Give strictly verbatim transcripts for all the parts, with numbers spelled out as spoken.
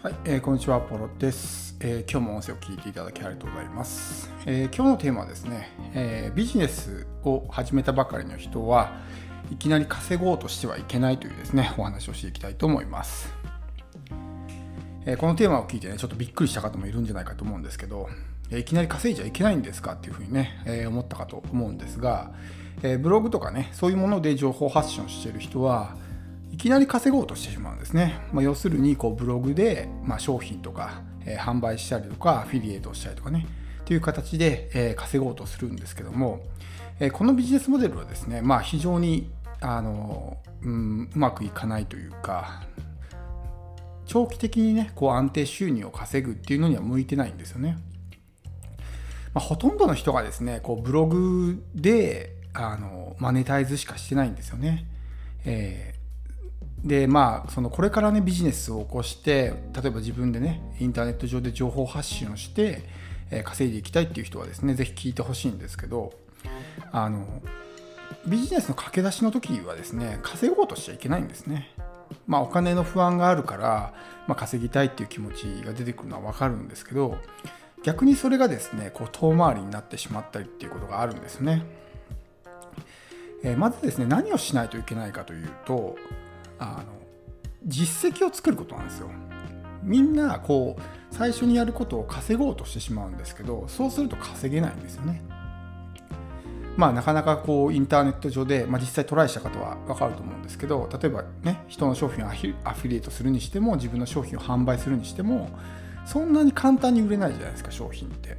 はい、えーこんにちは、ポロです、えー今日も音声を聞いていただきありがとうございます。えー今日のテーマはですね、えービジネスを始めたばかりの人はいきなり稼ごうとしてはいけないというですね、お話をしていきたいと思います。えーこのテーマを聞いてね、ちょっとびっくりした方もいるんじゃないかと思うんですけど、えーいきなり稼いじゃいけないんですかっていうふうにね、えー思ったかと思うんですが、えーブログとかね、そういうもので情報発信をしている人はいきなり稼ごうとしてしまうんですね。まあ、要するにこうブログで、まあ、商品とか、えー販売したりとかアフィリエイトをしたりとかねという形で、えー稼ごうとするんですけども、えーこのビジネスモデルはですね、まあ、非常にあの、うん、うまくいかないというか、長期的にねこう安定収入を稼ぐっていうのには向いてないんですよね。まあ、ほとんどの人がですねこうブログであのマネタイズしかしてないんですよね。えーでまあそのこれからねビジネスを起こして例えば自分でねインターネット上で情報発信をして、えー稼いでいきたいっていう人はですねぜひ聞いてほしいんですけど、あのビジネスの駆け出しの時はですね稼ごうとしちゃいけないんですね。まあお金の不安があるから、まあ、稼ぎたいっていう気持ちが出てくるのは分かるんですけど、逆にそれがですねこう遠回りになってしまったりっていうことがあるんですね。えーまずですね何をしないといけないかというと、あの実績を作ることなんですよ。みんなこう最初にやることを稼ごうとしてしまうんですけど、そうすると稼げないんですよね。まあなかなかこうインターネット上で、まあ、実際トライした方は分かると思うんですけど、例えばね人の商品をアフィリエイトするにしても自分の商品を販売するにしてもそんなに簡単に売れないじゃないですか。商品って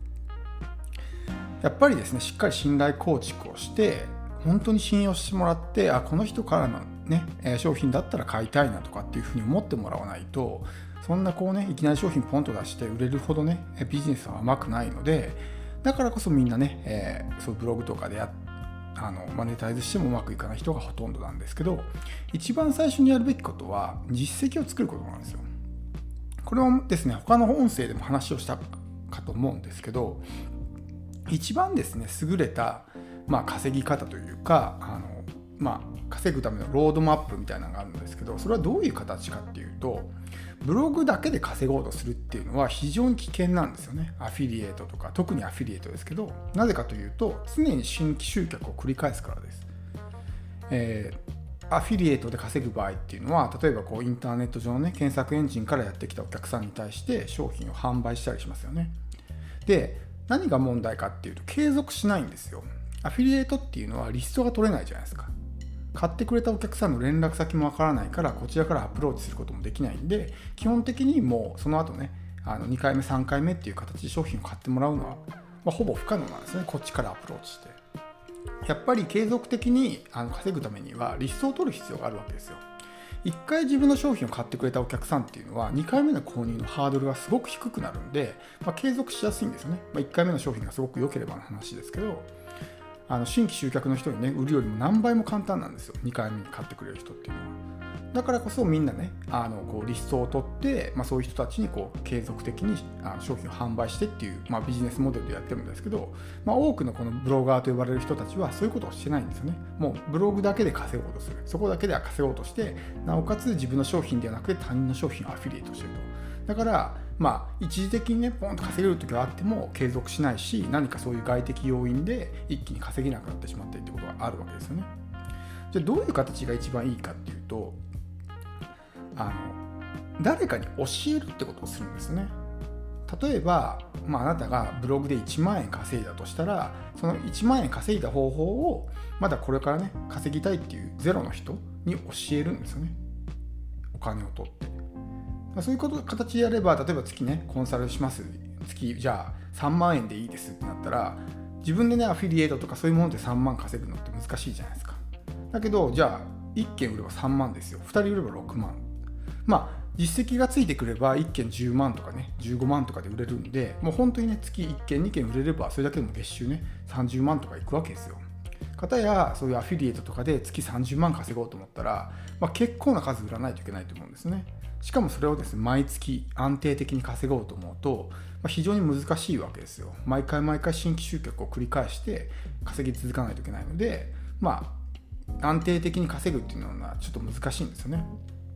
やっぱりですねしっかり信頼構築をして本当に信用してもらって、あこの人からのね商品だったら買いたいなとかっていうふうに思ってもらわないと、そんなこうねいきなり商品ポンと出して売れるほどねビジネスは甘くないので、だからこそみんなね、えー、そうブログとかでやあのマネタイズしてもうまくいかない人がほとんどなんですけど、一番最初にやるべきことは実績を作ることなんですよ。これはですね他の音声でも話をしたかと思うんですけど、一番ですね優れた、まあ、稼ぎ方というかあの、まあ、稼ぐためのロードマップみたいなのがあるんですけど、それはどういう形かっていうと、ブログだけで稼ごうとするっていうのは非常に危険なんですよね。アフィリエイトとか、特にアフィリエイトですけど、なぜかというと常に新規集客を繰り返すからです。えー、アフィリエイトで稼ぐ場合っていうのは、例えばこうインターネット上の、ね、検索エンジンからやってきたお客さんに対して商品を販売したりしますよね。で何が問題かっていうと継続しないんですよ。アフィリエイトっていうのはリストが取れないじゃないですか。買ってくれたお客さんの連絡先もわからないからこちらからアプローチすることもできないんで、基本的にもうその後ねあのにかいめさんかいめっていう形で商品を買ってもらうのは、まあ、ほぼ不可能なんですね。こっちからアプローチして、やっぱり継続的にあの稼ぐためにはリストを取る必要があるわけですよ。いっかい自分の商品を買ってくれたお客さんっていうのはにかいめの購入のハードルがすごく低くなるんで、まあ、継続しやすいんですよね。まあ、いっかいめの商品がすごく良ければの話ですけど、あの新規集客の人にね売るよりも何倍も簡単なんですよ、にかいめに買ってくれる人っていうのは。だからこそみんなねあのこうリストを取って、まあ、そういう人たちにこう継続的にあの商品を販売してっていう、まあ、ビジネスモデルでやってるんですけど、まあ、多くのこのブロガーと呼ばれる人たちはそういうことをしてないんですよね。もうブログだけで稼ごうとする、そこだけでは稼ごうとして、なおかつ自分の商品ではなくて他人の商品をアフィリエイトしてると。だからまあ一時的にねポンと稼げる時はあっても継続しないし、何かそういう外的要因で一気に稼げなくなってしまったりってことがあるわけですよね。じゃあどういう形が一番いいかっていうと、あの誰かに教えるってことをするんですね。例えば、まあ、あなたがブログでいちまんえん稼いだとしたら、そのいちまんえん稼いだ方法をまだこれからね稼ぎたいっていうゼロの人に教えるんですよね。お金を取って、そういうこと形でやれば、例えば月ねコンサルします、月じゃあさんまんえんでいいですってなったら、自分でねアフィリエイトとかそういうものでさんまん稼ぐのって難しいじゃないですか。だけどじゃあいっけん売ればさんまんですよ、ふたり売ればろくまん。まあ実績がついてくればいっけんじゅうまんとかねじゅうごまんとかで売れるんで、もう本当にね月いっけんにけん売れればそれだけでも月収ねさんじゅうまんとかいくわけですよ。かたやそういうアフィリエイトとかで月さんじゅうまん稼ごうと思ったら、まあ、結構な数売らないといけないと思うんですね。しかもそれをですね毎月安定的に稼ごうと思うと、まあ、非常に難しいわけですよ。毎回毎回新規集客を繰り返して稼ぎ続かないといけないので、まあ安定的に稼ぐっていうのはちょっと難しいんですよね。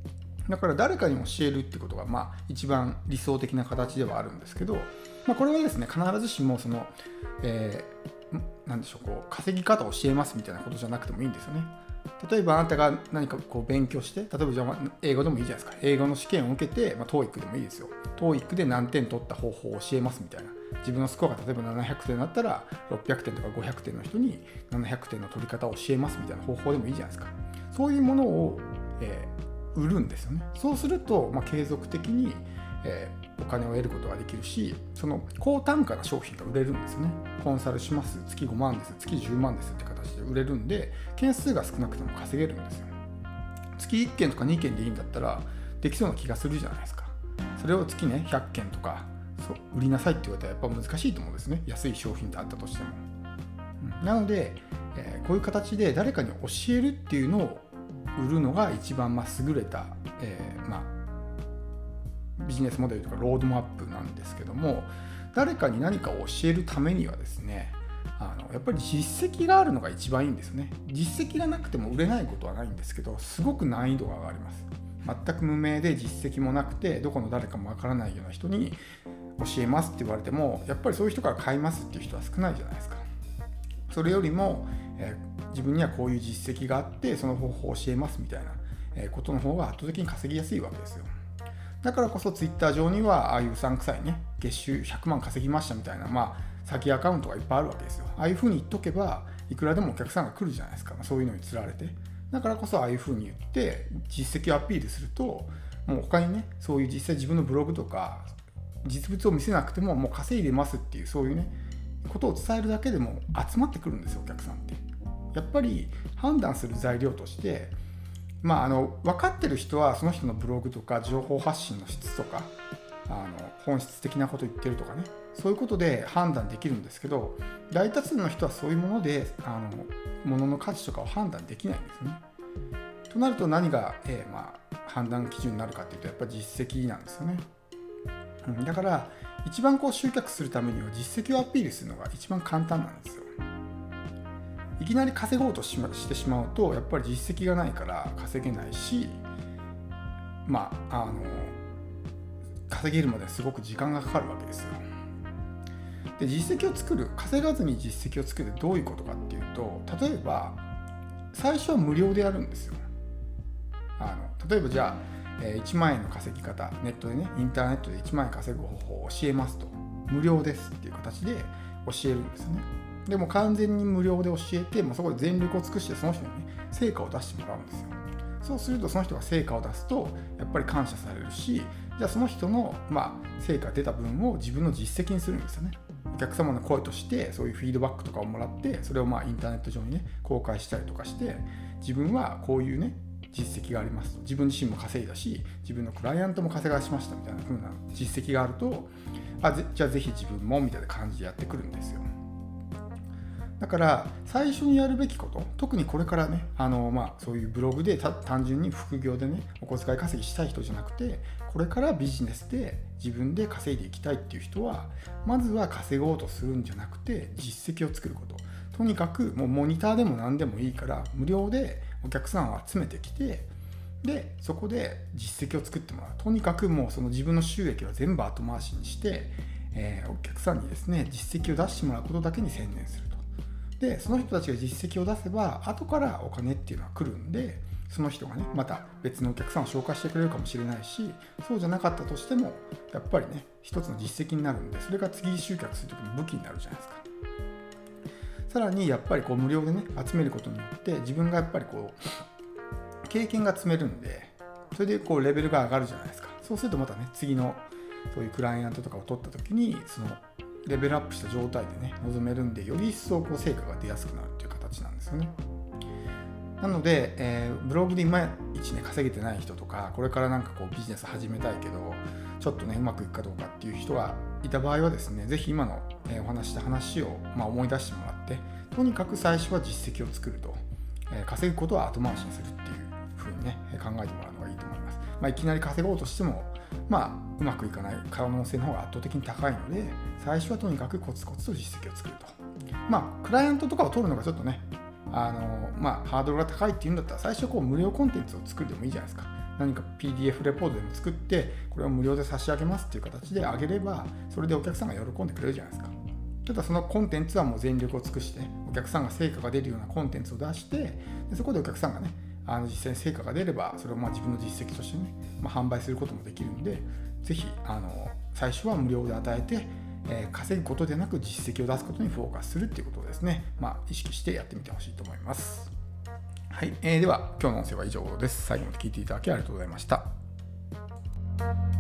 だから誰かに教えるってことがまあ一番理想的な形ではあるんですけど、まあ、これはですね必ずしもその、えー、なんでしょうこう稼ぎ方を教えますみたいなことじゃなくてもいいんですよね。例えばあなたが何かこう勉強して、例えばじゃあ英語でもいいじゃないですか。英語の試験を受けて、まあ、トーイック でもいいですよ。トーイック で何点取った方法を教えますみたいな。自分のスコアが例えばななひゃくてんだったらろっぴゃくてんとかごひゃくてんの人にななひゃくてんの取り方を教えますみたいな方法でもいいじゃないですか。そういうものを、えー、売るんですよね。そうすると、まあ、継続的に、えー、お金を得ることができるし、その高単価な商品が売れるんですよね。コンサルします、月ごまんです、月じゅうまんですって形で売れるんで、件数が少なくても稼げるんですよ。月いっけんとかにけんでいいんだったらできそうな気がするじゃないですか。それを月ねひゃっけんとかそう売りなさいって言われたらやっぱ難しいと思うんですね。安い商品であったとしても、うん、なので、えー、こういう形で誰かに教えるっていうのを売るのが一番まあ優れた、えーまあ、ビジネスモデルとかロードマップなんですけども、誰かに何かを教えるためにはですね、あのやっぱり実績があるのが一番いいんですよね。実績がなくても売れないことはないんですけど、すごく難易度が上がります。全く無名で実績もなくてどこの誰かもわからないような人に教えますって言われても、やっぱりそういう人から買いますっていう人は少ないじゃないですか。それよりも、えー、自分にはこういう実績があってその方法を教えますみたいな、えー、ことの方が圧倒的に稼ぎやすいわけですよ。だからこそツイッター上にはああいううさんくさいね月収ひゃくまん稼ぎましたみたいな、まあ先アカウントがいっぱいあるわけですよ。ああいうふうに言っとけばいくらでもお客さんが来るじゃないですか。そういうのにつられて、だからこそああいうふうに言って実績をアピールすると、もう他にねそういう実際自分のブログとか実物を見せなくてももう稼いでますっていうそういうねことを伝えるだけでも集まってくるんですよ、お客さんって。やっぱり判断する材料として、まあ、あの分かってる人はその人のブログとか情報発信の質とかあの本質的なこと言ってるとかね、そういうことで判断できるんですけど、大多数の人はそういうものであの物の価値とかを判断できないんですね。となると何が、えーまあ、判断基準になるかっていうとやっぱり実績なんですよね。うん、だから一番こう集客するためには実績をアピールするのが一番簡単なんですよ。いきなり稼ごうとし、ま、してしまうとやっぱり実績がないから稼げないし、まああの稼げるまですごく時間がかかるわけですよ。で実績を作る、稼がずに実績を作るってどういうことかっていうと、例えば最初は無料でやるんですよ。あの例えばじゃあ、えー、いちまんえんの稼ぎ方、ネットでねインターネットでいちまんえん稼ぐ方法を教えますと、無料ですっていう形で教えるんですね。でも完全に無料で教えて、もうそこで全力を尽くしてその人にね成果を出してもらうんですよ。そうするとその人が成果を出すとやっぱり感謝されるし、じゃあその人の、まあ、成果が出た分を自分の実績にするんですよね。お客様の声としてそういうフィードバックとかをもらって、それをまあインターネット上にね公開したりとかして、自分はこういうね実績がありますと、自分自身も稼いだし自分のクライアントも稼がしましたみたいな風な実績があると、あぜじゃあぜひ自分もみたいな感じでやってくるんですよ。だから最初にやるべきこと、特にこれからねあの、まあ、そういうブログで単純に副業でねお小遣い稼ぎしたい人じゃなくて、これからビジネスで自分で稼いでいきたいっていう人は、まずは稼ごうとするんじゃなくて実績を作ること。とにかくもうモニターでも何でもいいから無料でお客さんを集めてきて、でそこで実績を作ってもらう。とにかくもうその自分の収益は全部後回しにして、えー、お客さんにですね実績を出してもらうことだけに専念すると。でその人たちが実績を出せば後からお金っていうのは来るんで、その人がねまた別のお客さんを紹介してくれるかもしれないし、そうじゃなかったとしてもやっぱりね一つの実績になるんで、それが次集客するときの武器になるじゃないですか。さらにやっぱりこう無料でね集めることによって自分がやっぱりこう経験が積めるんで、それでこうレベルが上がるじゃないですか。そうするとまたね次のそういうクライアントとかを取ったときにそのレベルアップした状態でね臨めるんで、より一層こう成果が出やすくなるっていう形なんですよね。なので、えー、ブログでいまいちね稼げてない人とか、これからなんかこうビジネス始めたいけどちょっとねうまくいくかどうかっていう人がいた場合はですね、ぜひ今の、えー、お話した話を、まあ、思い出してもらって、とにかく最初は実績を作ると、えー、稼ぐことは後回しにするっていう風にね考えてもらうのがいいと思います。まあ、いきなり稼ごうとしてもまあうまくいかない可能性の方が圧倒的に高いので、最初はとにかくコツコツと実績を作ると。まあクライアントとかを取るのがちょっとねあのまあハードルが高いっていうんだったら、最初こう無料コンテンツを作るでもいいじゃないですか。 何か ピーディーエフ レポートでも作ってこれを無料で差し上げますっていう形であげれば、それでお客さんが喜んでくれるじゃないですか。ただそのコンテンツはもう全力を尽くしてお客さんが成果が出るようなコンテンツを出して、でそこでお客さんがねあの実際に成果が出ればそれをまあ自分の実績としてね、まあ、販売することもできるんで、ぜひあの最初は無料で与えて、えー、稼ぐことでなく実績を出すことにフォーカスするっていうことをですね、まあ、意識してやってみてほしいと思います。はい、えー、では今日の音声は以上です。最後まで聞いていただきありがとうございました。